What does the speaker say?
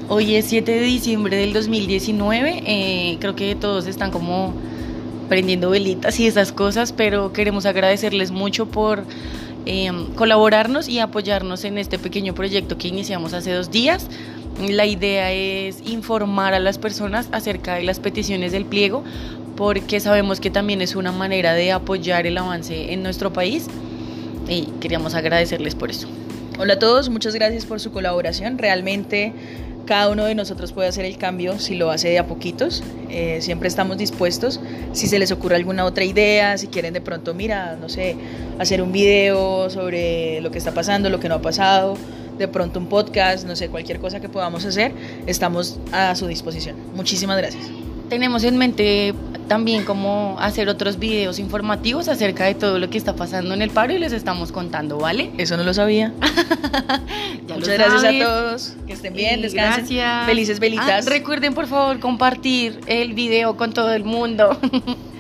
Hoy es 7 de diciembre del 2019, creo que todos están como prendiendo velitas y esas cosas, pero queremos agradecerles mucho por colaborarnos y apoyarnos en este pequeño proyecto que iniciamos hace 2 días. La idea es informar a las personas acerca de las peticiones del pliego, porque sabemos que también es una manera de apoyar el avance en nuestro país y queríamos agradecerles por eso. Hola a todos, muchas gracias por su colaboración. Realmente cada uno de nosotros puede hacer el cambio si lo hace de a poquitos. Siempre estamos dispuestos. Si se les ocurre alguna otra idea, si quieren de pronto, mira, no sé, hacer un video sobre lo que está pasando, lo que no ha pasado, de pronto un podcast, no sé, cualquier cosa que podamos hacer, estamos a su disposición. Muchísimas gracias. Tenemos en mente también cómo hacer otros videos informativos acerca de todo lo que está pasando en el paro y les estamos contando, ¿vale? Eso no lo sabía. Muchas gracias a todos. Que estén bien, descansen. Gracias. Felices velitas. Recuerden por favor compartir el video con todo el mundo.